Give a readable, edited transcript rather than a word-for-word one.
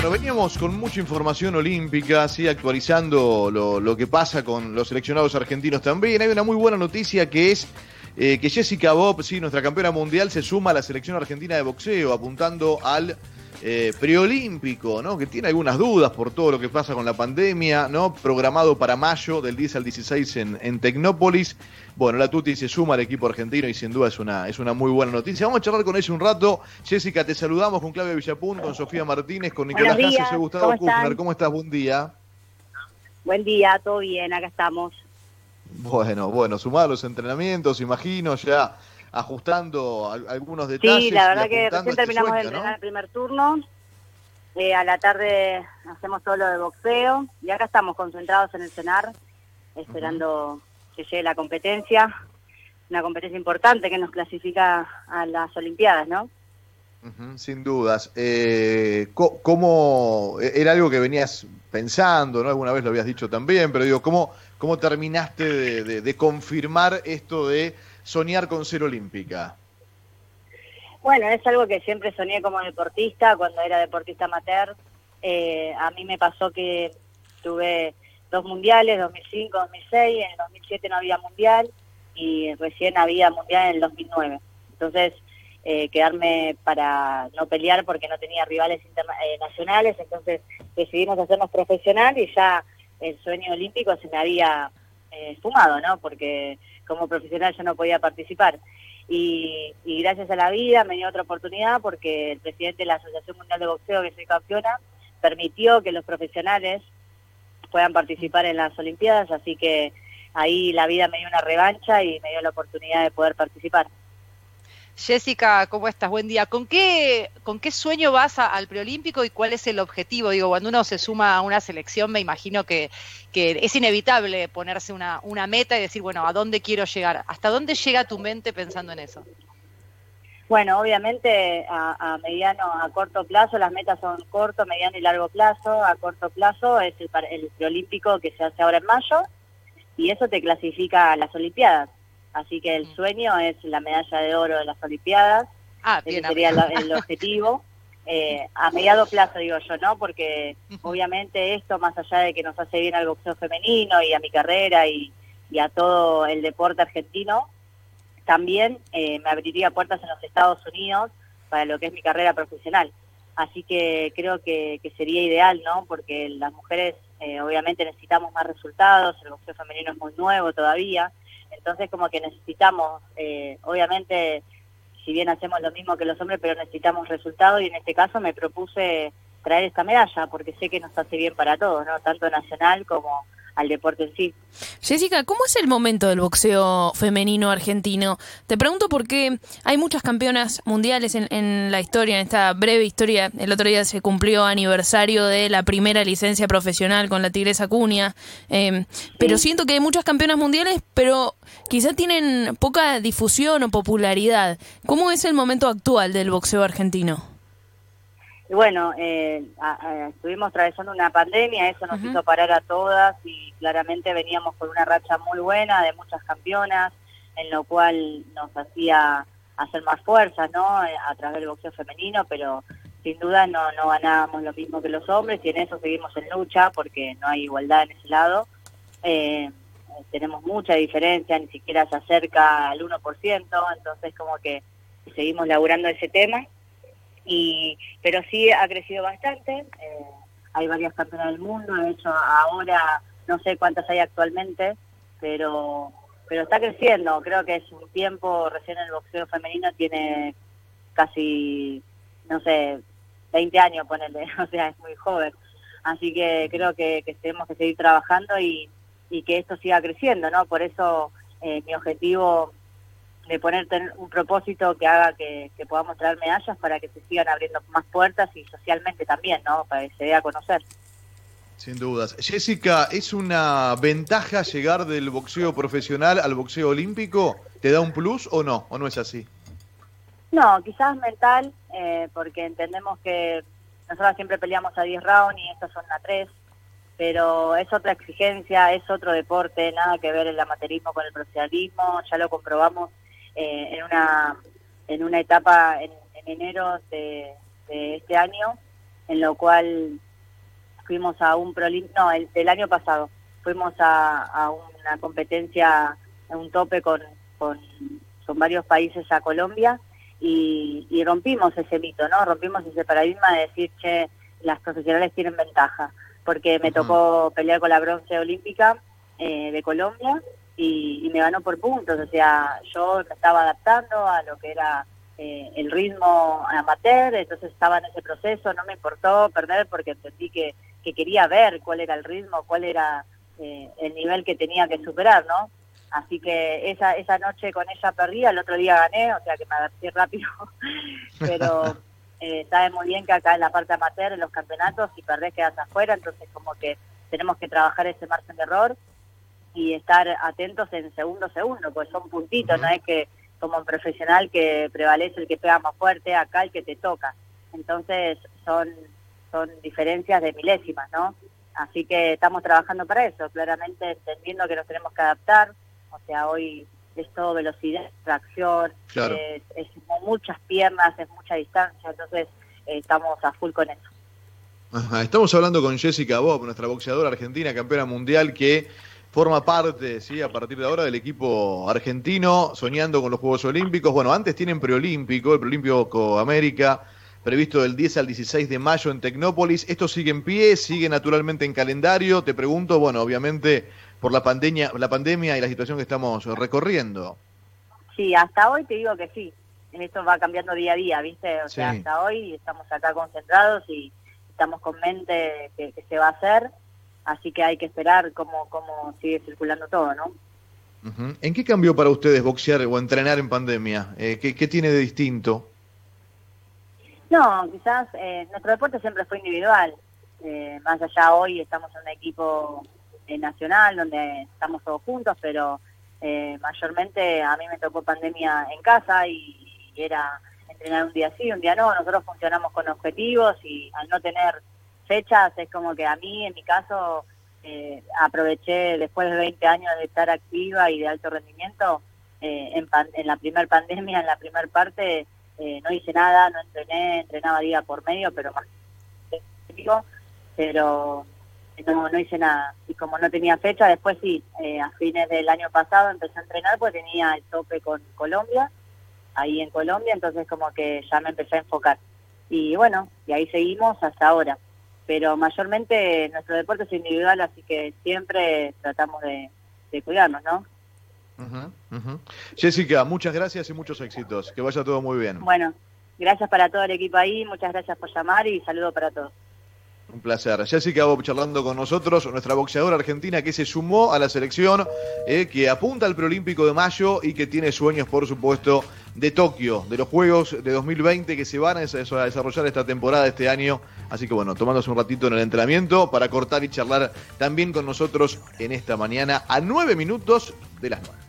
Bueno, veníamos con mucha información olímpica, sí, actualizando lo que pasa con los seleccionados argentinos también. Hay una muy buena noticia que es que Jessica Bob, sí, nuestra campeona mundial, se suma a la selección argentina de boxeo, apuntando al preolímpico, ¿no? Que tiene algunas dudas por todo lo que pasa con la pandemia, ¿no? Programado para mayo, del 10 al 16 en Tecnópolis. Bueno, la Tuti se suma al equipo argentino y sin duda es una muy buena noticia. Vamos a charlar con ella un rato. Jessica, te saludamos con Claudia Villapunto, con Sofía Martínez, con Nicolás Caso, soy Gustavo Kufner. ¿Cómo estás? Buen día. Buen día, todo bien, acá estamos. Bueno, sumado a los entrenamientos, imagino, ya ajustando algunos detalles. Sí, la verdad que recién terminamos de entrenar el primer turno. A la tarde hacemos todo lo de boxeo y acá estamos concentrados en el cenar, esperando que llegue la competencia, una competencia importante que nos clasifica a las Olimpiadas, ¿no? Sin dudas. ¿Cómo era algo que venías pensando, ¿no? Alguna vez lo habías dicho también, pero digo, ¿cómo terminaste de confirmar esto de soñar con ser olímpica? Bueno, es algo que siempre soñé como deportista, cuando era deportista amateur. A mí me pasó que tuve 2 mundiales, 2005, 2006, en el 2007 no había mundial y recién había mundial en el 2009. Entonces, quedarme para no pelear porque no tenía rivales nacionales, entonces decidimos hacernos profesional y ya el sueño olímpico se me había fumado, ¿no? Porque como profesional yo no podía participar. Y gracias a la vida me dio otra oportunidad porque el presidente de la Asociación Mundial de Boxeo, que soy campeona, permitió que los profesionales puedan participar en las Olimpiadas, así que ahí la vida me dio una revancha y me dio la oportunidad de poder participar. Jessica, ¿cómo estás? Buen día. ¿Con qué sueño vas al preolímpico y cuál es el objetivo? Digo, cuando uno se suma a una selección, me imagino que es inevitable ponerse una meta y decir, bueno, ¿a dónde quiero llegar? ¿Hasta dónde llega tu mente pensando en eso? Bueno, obviamente a mediano, a corto plazo, las metas son corto, mediano y largo plazo. A corto plazo es el preolímpico que se hace ahora en mayo y eso te clasifica a las Olimpiadas. Así que el sueño es la medalla de oro de las Olimpiadas. Ese sería el objetivo. A mediano plazo digo yo, ¿no? Porque obviamente esto, más allá de que nos hace bien al boxeo femenino y a mi carrera y a todo el deporte argentino, también me abriría puertas en los Estados Unidos para lo que es mi carrera profesional. Así que creo que sería ideal, ¿no? Porque las mujeres obviamente necesitamos más resultados, el boxeo femenino es muy nuevo todavía. Entonces como que necesitamos, obviamente, si bien hacemos lo mismo que los hombres, pero necesitamos resultados y en este caso me propuse traer esta medalla porque sé que nos hace bien para todos, ¿no? Tanto nacional como al deporte en sí. Jessica, ¿cómo es el momento del boxeo femenino argentino? Te pregunto porque hay muchas campeonas mundiales en la historia, en esta breve historia. El otro día se cumplió aniversario de la primera licencia profesional con la Tigresa Cunha, pero siento que hay muchas campeonas mundiales, pero quizá tienen poca difusión o popularidad. ¿Cómo es el momento actual del boxeo argentino? Y bueno, estuvimos atravesando una pandemia, eso nos hizo parar a todas y claramente veníamos con una racha muy buena de muchas campeonas, en lo cual nos hacía hacer más fuerza, ¿no? A través del boxeo femenino, pero sin duda no ganábamos lo mismo que los hombres y en eso seguimos en lucha porque no hay igualdad en ese lado. Tenemos mucha diferencia, ni siquiera se acerca al 1%, entonces como que seguimos laburando ese tema. Pero sí ha crecido bastante, hay varias campeonas del mundo, de hecho ahora no sé cuántas hay actualmente, pero está creciendo, creo que es un tiempo, recién el boxeo femenino tiene casi, no sé, 20 años, ponele, o sea, es muy joven, así que creo que tenemos que seguir trabajando y que esto siga creciendo, ¿no? Por eso mi objetivo de tener un propósito que haga que podamos traer medallas para que se sigan abriendo más puertas y socialmente también, ¿no? Para que se dé a conocer. Sin dudas. Jessica, ¿es una ventaja llegar del boxeo profesional al boxeo olímpico? ¿Te da un plus o no? ¿O no es así? No, quizás mental, porque entendemos que nosotros siempre peleamos a 10 rounds y estos son a 3, pero es otra exigencia, es otro deporte, nada que ver el amateurismo con el profesionalismo, ya lo comprobamos en una etapa en enero de este año, en lo cual fuimos a un no, del año pasado, fuimos a una competencia, a un tope con varios países a Colombia y rompimos ese mito, ¿no? Rompimos ese paradigma de decir, che, las profesionales tienen ventaja, porque me tocó pelear con la bronce olímpica de Colombia y me ganó por puntos, o sea, yo me estaba adaptando a lo que era el ritmo amateur, entonces estaba en ese proceso, no me importó perder porque entendí que quería ver cuál era el ritmo, cuál era el nivel que tenía que superar, ¿no? Así que esa noche con ella perdí, al otro día gané, o sea que me adapté rápido, pero sabe muy bien que acá en la parte amateur, en los campeonatos, si perdés quedas afuera, entonces como que tenemos que trabajar ese margen de error y estar atentos en segundo, pues son puntitos, no es que como un profesional que prevalece el que pega más fuerte, acá el que te toca. Entonces son diferencias de milésimas, ¿no? Así que estamos trabajando para eso, claramente entendiendo que nos tenemos que adaptar, o sea, hoy es todo velocidad, tracción, claro. es muchas piernas, es mucha distancia, entonces estamos a full con eso. Ajá. Estamos hablando con Jessica Bob, nuestra boxeadora argentina, campeona mundial, que forma parte, ¿sí?, a partir de ahora del equipo argentino, soñando con los Juegos Olímpicos. Bueno, antes tienen preolímpico, el preolímpico América, previsto del 10 al 16 de mayo en Tecnópolis. ¿Esto sigue en pie? ¿Sigue naturalmente en calendario? Te pregunto, bueno, obviamente por la pandemia y la situación que estamos recorriendo. Sí, hasta hoy te digo que sí. Esto va cambiando día a día, ¿viste? O sea, hasta hoy estamos acá concentrados y estamos con mente que se va a hacer. Así que hay que esperar cómo sigue circulando todo, ¿no? Uh-huh. ¿En qué cambió para ustedes boxear o entrenar en pandemia? ¿Qué tiene de distinto? No, quizás nuestro deporte siempre fue individual. Más allá hoy estamos en un equipo nacional donde estamos todos juntos, pero mayormente a mí me tocó pandemia en casa y era entrenar un día sí, un día no. Nosotros funcionamos con objetivos y al no tener fechas es como que a mí, en mi caso, aproveché después de 20 años de estar activa y de alto rendimiento, en la primer pandemia, en la primer parte, no hice nada, no entrené, entrenaba día por medio, pero más pero no hice nada. Y como no tenía fecha, después sí, a fines del año pasado empecé a entrenar porque tenía el tope con Colombia, ahí en Colombia, entonces como que ya me empecé a enfocar. Y bueno, y ahí seguimos hasta ahora. Pero mayormente nuestro deporte es individual, así que siempre tratamos de cuidarnos, ¿no? Uh-huh, uh-huh. Jessica, muchas gracias y muchos éxitos. Que vaya todo muy bien. Bueno, gracias para todo el equipo ahí, muchas gracias por llamar y saludos para todos. Un placer. Jessica Bob charlando con nosotros, nuestra boxeadora argentina que se sumó a la selección, que apunta al preolímpico de mayo y que tiene sueños, por supuesto, de Tokio, de los Juegos de 2020 que se van a desarrollar esta temporada, este año. Así que bueno, tomándose un ratito en el entrenamiento para cortar y charlar también con nosotros en esta mañana a 9 minutos de las 9.